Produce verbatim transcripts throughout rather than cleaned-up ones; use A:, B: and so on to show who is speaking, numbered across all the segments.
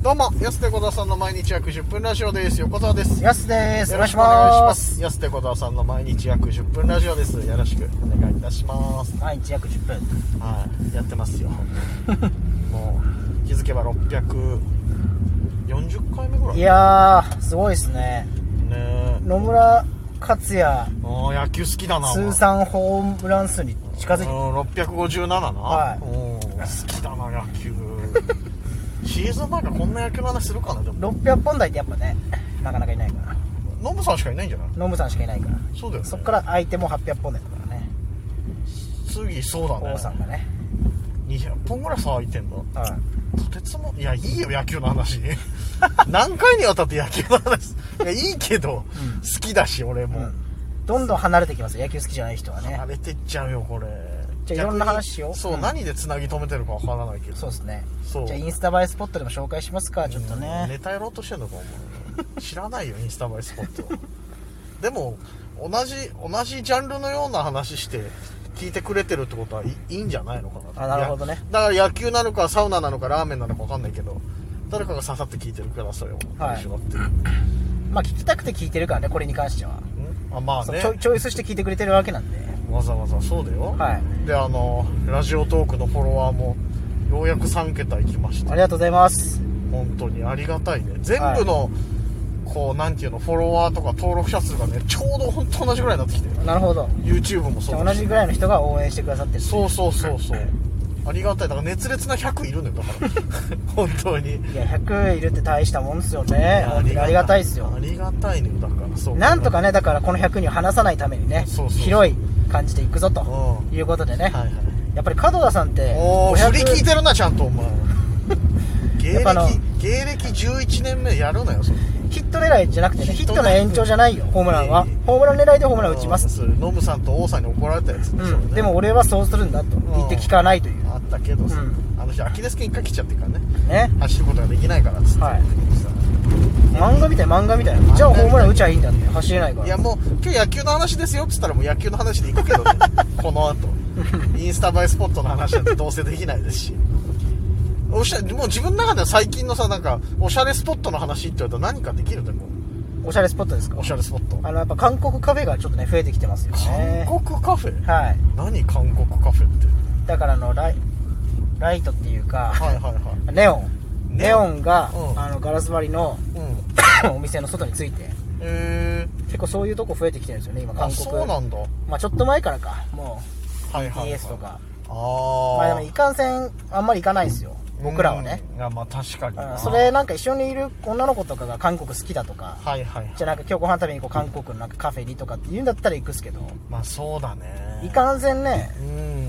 A: どうも、安手小沢さんの毎日約じゅっぷんラジオです。横澤です。
B: やすです。
A: よろしくお願いします。安手小沢さんの毎日約じゅっぷんラジオです。よろしくお願いいたします。
B: 毎日約じゅっぷん。
A: はい、やってますよ。もう気づけばろっぴゃくよんじゅっかいめぐらい。
B: いやー、すごいですね。
A: ねえ。
B: 野村克也、
A: あー、野球好きだな。
B: 通算ホームラン数に近づいてる。
A: ろっぴゃくごじゅうななな。
B: はい。
A: 好きだな、野球。シーズン前からこんな野球の話するかな。でも
B: ろっぴゃっぽん台ってやっぱね、なかなかいないから。
A: ノブさんしかいないんじゃない？
B: ノムさんしかいないから。
A: そうだよね。
B: そっから相手もはっぴゃっぽん台だからね。
A: 次、そうだね。
B: 王さんがね。
A: にひゃっぽんぐらい差空いてんだ。
B: はい。
A: とてつも、いや、いいよ、野球の話。何回にわたって野球の話。いや、いいけど、うん、好きだし、俺も、うん。
B: どんどん離れてきますよ、野球好きじゃない人はね。
A: 離れてっちゃうよ、これ。
B: じゃあいろんな話しよう。
A: そう、うん、何で繋ぎ止めてるかわからないけど。
B: そうですね。
A: そう。
B: じゃあインスタ映えスポットでも紹介しますか、ちょっとね。
A: ネタやろうとしてんのか、お前。知らないよ、インスタ映えスポット。でも、同じ、同じジャンルのような話して、聞いてくれてるってことはいい、いいんじゃないのかな。
B: あ、なるほどね。
A: だから野球なのか、サウナなのか、ラーメンなのかわかんないけど、誰かが刺さって聞いてるからそれを。
B: はい。まあ聞きたくて聞いてるからね、これに関しては。
A: あ、まあね。
B: チョ、チョイスして聞いてくれてるわけなんで。
A: わざわざそうだよ。
B: はい。
A: で、あのラジオトークのフォロワーもようやくさんけたいきました。
B: ありがとうございます。
A: 本当にありがたいね。全部の、はい、こうなんていうの、フォロワーとか登録者数がね、ちょうど本当同じぐらいになってきてる。
B: なるほど。
A: YouTube もそう。
B: 同じぐらいの人が応援してくださってる。
A: そうそうそうそう。ありがたい。だから熱烈なひゃくいるのよ、だから本当に。
B: いや、ひゃくいるって大したもんですよね。本当にありがたいですよ。
A: ありがたいね。だからそう。
B: なんとかね、だからこのひゃくにんを離さないためにね、そうそうそう、広い感じでいくぞということでね、はいはい、やっぱり門田さんって
A: おー、振り聞いてるな、ちゃんとお前。芸歴芸歴じゅういちねんめやるのよ、それ。
B: ヒット狙いじゃなくてね、ヒットの延長じゃないよ、ホームランは。ホームラン狙いでホームラン打ちます。
A: ノブさんと王さんに怒られたやつ、
B: うん、でも俺はそうするんだと言って聞かないという。
A: あったけどさ、うん、あの人アキレス腱一回切っちゃってるからね。ね、走ることができないからっつって。はい。
B: 漫画みたい、漫画みたいな。じゃあホームラン打ちゃいいんだって、走れないから。
A: いやもう今日野球の話ですよっつったらもう野球の話で行くけどね。この後インスタ映えスポットの話なんてどうせできないですし。おしゃもう自分の中では最近のさ、なんかおしゃれスポットの話って言われたら何かできるんだよ。
B: おしゃれスポットですか？
A: おしゃれスポット。
B: あのやっぱ韓国カフェがちょっとね増えてきてますよね。
A: 韓国カフェ？
B: はい。
A: 何韓国カフェって？
B: だからあのライライトっていうか、
A: はいはいはい。
B: ネオンネオンが、うん、あのガラス張りの、うん、お店の外について。
A: へー。
B: 結構そういうとこ増えてきてるんですよね今韓国。
A: あ、そうなんだ。
B: まあちょっと前からかもう、はいはいはい、ビーティーエス とか。ああ。まあでもいかんせんあんまり行かないですよ。僕らはね。
A: いやまあ確かに、
B: うん、それなんか一緒にいる女の子とかが韓国好きだとか、
A: はいはい、はい、
B: じゃあなんか今日ご飯食べに行こう韓国のなんかカフェにとかって言うんだったら行くっすけど、
A: まあそうだね、
B: いかんせんね、うん、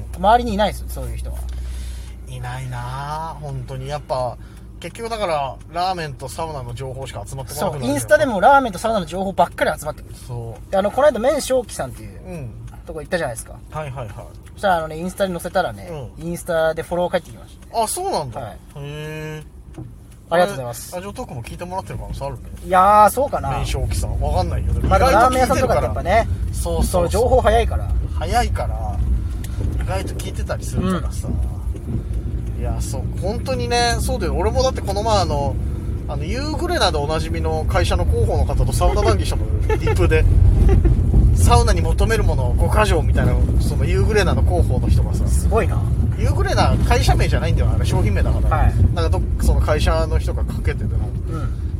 B: 周りにいないですよそういう人は。
A: いないな本当に。やっぱ結局だからラーメンとサウナの情報しか集まってこなくなる。
B: そう、インスタでもラーメンとサウナの情報ばっかり集まってくる。そうで、あのこの間麺正気さんっていう、うん、とこ行ったじゃないですか。
A: はいはいはい。
B: そしたらあのねインスタに載せたらね、うん、インスタでフォロー返ってきました。
A: あ、そうなんだ。はい、へ
B: え。ありがとうございます。
A: ラジオトークも聞いてもらってる可能性あるね。
B: いやー、そうかな。
A: 麺正気さんわかんないよ。
B: まあ、ラーメン屋さんとかってやっぱね、そうそうそう、情報早いから
A: 早いから意外と聞いてたりするからさ、うん、いやそう本当にね、そうだよ。俺もだってこの前あのあのユーグレナでおなじみの会社の広報の方とサウナ談義したもん。リップでサウナに求めるものごか条みたいな、そのユーグレナの広報の人がさ、
B: すごいな。
A: ユーグレナ会社名じゃないんだよ、あれ商品名だから、はい、なんかどその会社の人がかけてても、うん、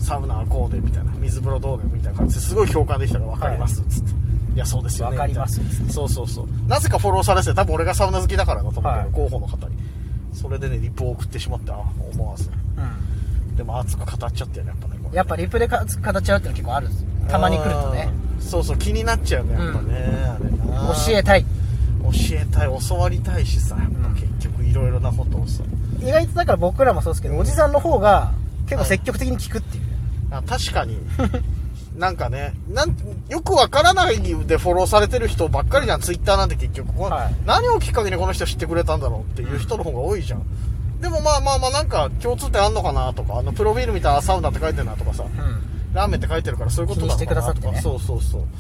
A: サウナはこうでみたいな、水風呂どうでみたいな感じですごい共感できたから分かりますっつって、はい、いやそうですよね
B: 分かりますっつって、
A: そうそうそう、なぜかフォローされてて、多分俺がサウナ好きだからだと思うけど、はい、広報の方にそれでねリプを送ってしまって、あ思わず、うん、でも熱く語っちゃってね、やっぱね、これね、やっぱ
B: リプで熱く語っちゃうっての結構あるんですよ、たまに来るとね。
A: そうそう、気になっちゃうね、やっぱね、うん、あれな、
B: 教えたい
A: 教えたい、教わりたいしさ、やっぱ結局いろいろなことをさ、
B: 意外とだから僕らもそうですけど、うん、おじさんの方が結構積極的に聞くっていう、
A: はい、あ確かになんかね、なんよくわからないでフォローされてる人ばっかりじゃん、ツイッターなんて結局、はい、何をきっかけにこの人知ってくれたんだろうっていう人の方が多いじゃん。でもまあまあまあなんか共通点あんのかなとか、あのプロフィール見たらサウナって書いてるなとかさ、うん、ラーメンって書いてるからそういうことなのかなとか、ね、そうそうそう。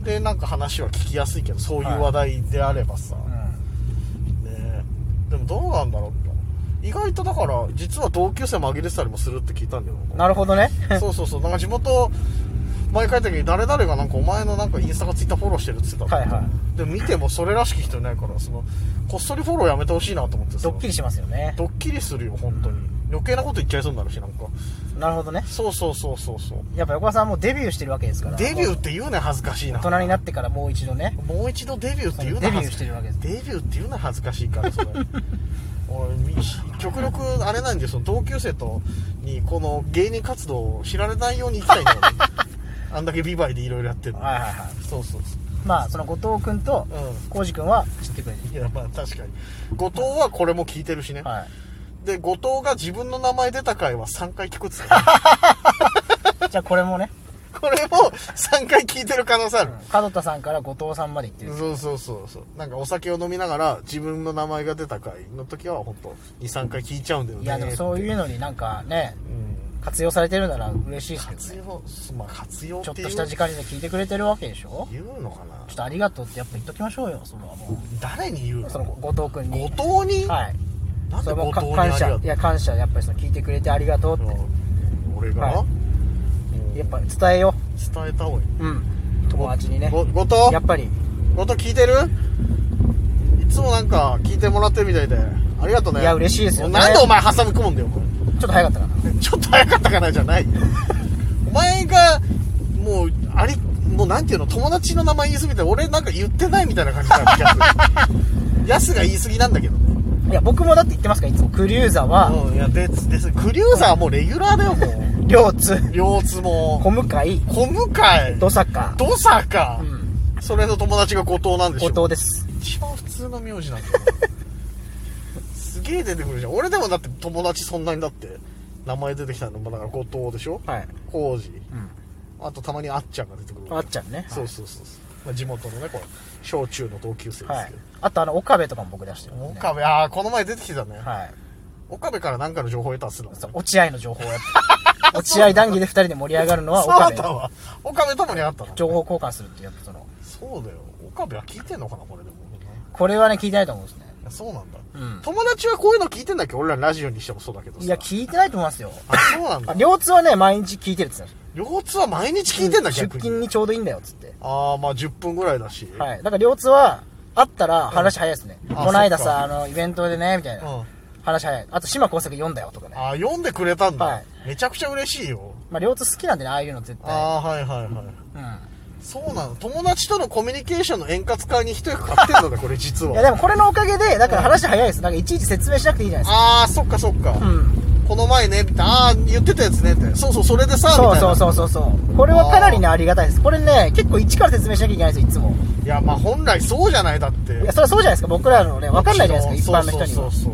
A: でなんか話は聞きやすいけど、そういう話題であればさ、はい、ね、でもどうなんだろう。 意外とだから実は同級生紛れてたりもするって聞いたんだよ。
B: なるほどね。
A: そうそうそう。なんか地元前帰った時に誰々がなんかお前のなんかインスタかツイッターフォローしてるって言ってた。
B: はいはい。
A: でも見てもそれらしき人いないから、そのこっそりフォローやめてほしいなと思ってさ。
B: ドッキリしますよね。
A: ドッキリするよ本当に。余計なこと言っちゃいそうになるし、なんか。
B: なるほどね。
A: そうそうそうそうそう。
B: やっぱ横田さんもうデビューしてるわけですから。
A: デビューって言うね、恥ずかしいな。
B: 大人になってからもう一度ね。
A: もう一度デビューって言うな。
B: デビューしてるわけです。
A: デビューって言うな恥ずかしいからそれ。俺極力あれなんで、その同級生とにこの芸人活動を知られないように行きたいんだよね。あんだけビバイでいろいろやってるの。
B: はいはいはい。
A: そうそうそう。
B: まあその後藤君と浩司君は知ってくれてる。
A: いやまあ確かに。後藤はこれも聞いてるしね。はい。で後藤が自分の名前出た回はさんかい聞くっつって。
B: じゃあこれもね。
A: これもさんかい聞いてる可能性ある。
B: 門田さんから後藤さんまで言ってる。
A: そうそうそうそう。なんかお酒を飲みながら自分の名前が出た回の時は本当に、さんかい聞いちゃうんだよね。
B: いやでもそういうのになんかね、うん、活用されてるなら嬉しいですけどね。
A: 活用、まあ活用っていう。
B: ちょっとした時間で聞いてくれてるわけでしょ。
A: 言うのかな。
B: ちょっとありがとうってやっぱ言っときましょうよ、それはもう。
A: 誰に言うの？
B: その後藤君に。
A: 後藤に？
B: はい。
A: なんで後藤に
B: 感謝。いや感謝、やっぱりその聞いてくれてありがとうって。
A: 俺が？はい、
B: やっぱ伝えよう。
A: 伝えた方がいい。
B: うん。友達にね。
A: 後藤？
B: やっぱり。
A: 後藤聞いてる？いつもなんか聞いてもらってるみたいで。ありがとうね。
B: いや嬉しいですよね。
A: なんでお前挟み込むんだよ、お前。
B: ちょっと早かったかな。
A: ちょっと早かったかなじゃない。お前が、もう、あり、もうなんていうの、友達の名前言い過ぎて、俺なんか言ってないみたいな感じだよ、ヤスが言い過ぎなんだけどね。
B: いや、僕もだって言ってますから、いつも。クリューザは。
A: うん、いや、で、です、クリューザはもうレギュラーだよ、もう。
B: 両津。
A: 両津も。
B: 小向井。
A: 小向井。
B: どさか。
A: どさか。うん。それの友達が後藤なんでしょ。
B: 後藤です。
A: 一番普通の名字なんだよ。すげえ出てくるじゃん。俺でもだって友達そんなにだって、名前出てきたのもだから後藤でしょ。はい。浩二。うん。あとたまにあっちゃんが出てくる。
B: あっちゃんね。
A: そうそうそうそう。まあ、地元のね、これ、小中の同級生ですけど。はい。
B: あとあの、岡部とかも僕出してる、ね。
A: 岡部、ああ、この前出てきてたね。
B: はい。
A: 岡部から何かの情報を得たっすの。
B: そう、落合の情報をやって。落合談義で二人で盛り上がるのは岡部。
A: そうだわ。岡部と盛り上がったの。
B: 情報交換するっていうやつ、その。
A: そうだよ。岡部は聞いてんのかな、これでも。
B: これはね、聞いてないと思うんですね。
A: そうなんだ。うん。友達はこういうの聞いてんだっけ？俺らラジオにしてもそうだけどさ。
B: いや、聞いてないと思いますよ。
A: あ、そうなんだ。
B: 両津はね、毎日聞いてるって言って
A: た。両津は毎日聞いてんだっけ？
B: 出勤にちょうどいいんだよ、つって。
A: ああ、まあじゅっぷんぐらいだし。
B: はい。だから両津は、会ったら話早いですね。うん、この間さ、あの、イベントでね、みたいな。うん、話早い。あと、島耕作読んだよ、とかね。
A: ああ、読んでくれたんだ。はい。めちゃくちゃ嬉しいよ。
B: まあ、両津好きなんでね、ああいうの絶対。
A: ああ、はいはいはい。うん。そうなの。友達とのコミュニケーションの円滑化に一役買ってんのだ、これ実は。
B: いや、でもこれのおかげで、だから話早いです。なんかいちいち説明しなくていいじゃないですか。
A: ああ、そっかそっか。うん。この前ね、みたいな。ああ、言ってたやつねって。そうそう、それでさ、みたいな。
B: そうそうそうそう。これはかなりね、ありがたいです。これね、結構一から説明しなきゃいけないですよ、いつも。
A: いや、まあ本来そうじゃない、だって。
B: いや、それはそうじゃないですか。僕らのね、わかんないじゃないですか、一般の人には。
A: そうそうそう。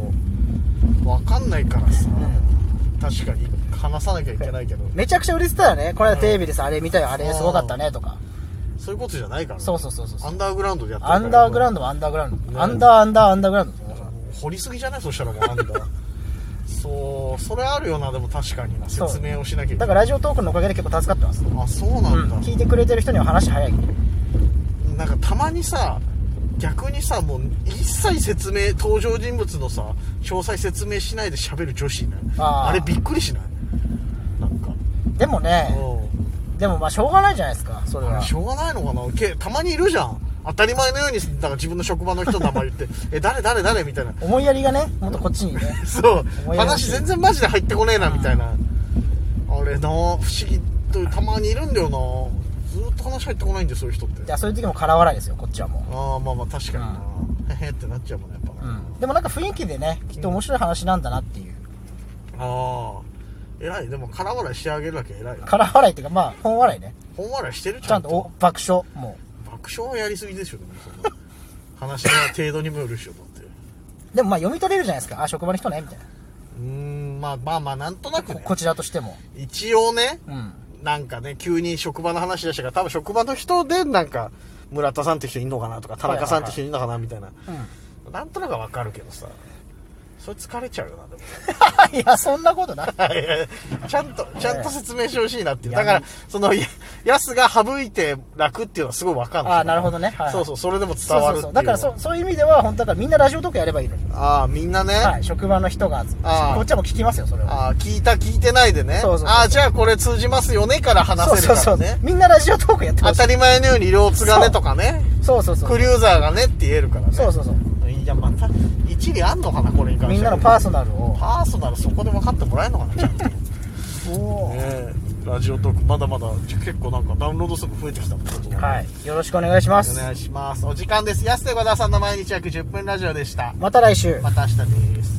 A: わかんないからさ。うん、確かに、話さなきゃいけないけど。
B: めちゃくちゃ売れてたらね、これはテレビでさ、あれ見たよ、あれすごかったね、とか。
A: そういうことじゃないからね。
B: そうそうそうそう。
A: アンダーグラウンドでやってる
B: から。アンダーグラウンドはアンダーグラウンド。ね、アンダーアンダーアンダーグラウンド。
A: 掘りすぎじゃない？そしたらもうアンダー。そう、それあるよな、でも確かにな。説明をしなきゃいけない。
B: だからラジオトークのおかげで結構助かってます。
A: あ、そうなんだ。うん、
B: 聞いてくれてる人には話早い。
A: なんかたまにさ、逆にさ、もう一切説明、登場人物のさ、詳細説明しないで喋る女子いない？ あ, あれびっくりしない？なんか。
B: でもね、でもまあしょうがないじゃないですか、それは。
A: しょうがないのかな？けたまにいるじゃん。当たり前のように、だから自分の職場の人の名前言って、え、誰誰誰みたいな。
B: 思いやりがね、もっとこっちにね。
A: そう。話全然マジで入ってこねえな、みたいな。うん、あれな、不思議とたまにいるんだよな。ずっと話入ってこないんで、そういう人って。
B: いや、そういう時も空笑いですよ、こっちはもう。
A: ああ、まあまあ確かにな。うん、へへってなっちゃうもんね、やっぱ、うん。
B: でもなんか雰囲気でね、きっと面白い話なんだなっていう。
A: うん、ああ。偉い。でも空笑いしてあげるだけ偉い。
B: 空笑いっていうか、まあ、本笑いね。
A: 本笑いしてる？
B: ちゃんと、お、爆笑、も
A: う。爆笑はやりすぎでしょ、でもそんな。話の程度にもよるでしょ、だって。
B: でもまあ読み取れるじゃないですか。あ、職場の人ね、みたいな。
A: うーん、まあまあまあ、なんとなくね。
B: こ, こちらとしても。
A: 一応ね、うん、なんかね、急に職場の話でしたから、多分職場の人でなんか、村田さんって人いんのかなとか、田中さんって人いんのかなみたいな。うん、なんとなくわかるけどさ。 それ疲れちゃうよな、でも。
B: いや、そんなことない。
A: ちゃんと、ちゃんと説明してほしいなっていう。だから、その、ヤスが省いて楽っていうのはすごいわかんない。
B: ああ、なるほどね。
A: はい、そうそう、それでも伝わるっていう。そうそうそう。
B: だからそ、そういう意味では、本当だからみんなラジオトークやればいいのに。
A: ああ、みんなね。
B: はい、職場の人が。ああ。こっちはもう聞きますよ、それは。あ
A: あ、聞いた聞いてないでね。そうそうそう。ああ、じゃあこれ通じますよねから話せるからね。そうそうそう。
B: みんなラジオトークやってます。
A: 当たり前のように両津がねとかね。
B: そうそうそう。
A: クリューザーがねって言えるからね。
B: そうそうそう。
A: いや、また、一理あんのかな、これに関して。
B: みんなのパーソナルを。
A: パーソナルそこで分かってもらえるのかな、ちゃんと。おね、ラジオトーク、まだまだ、結構なんかダウンロード数が増えてきたってことだね。
B: はい。よろしくお願いします。
A: お願いします。お時間です。安手和田さんの毎日約じゅっぷんラジオでした。
B: また来週。
A: また明日です。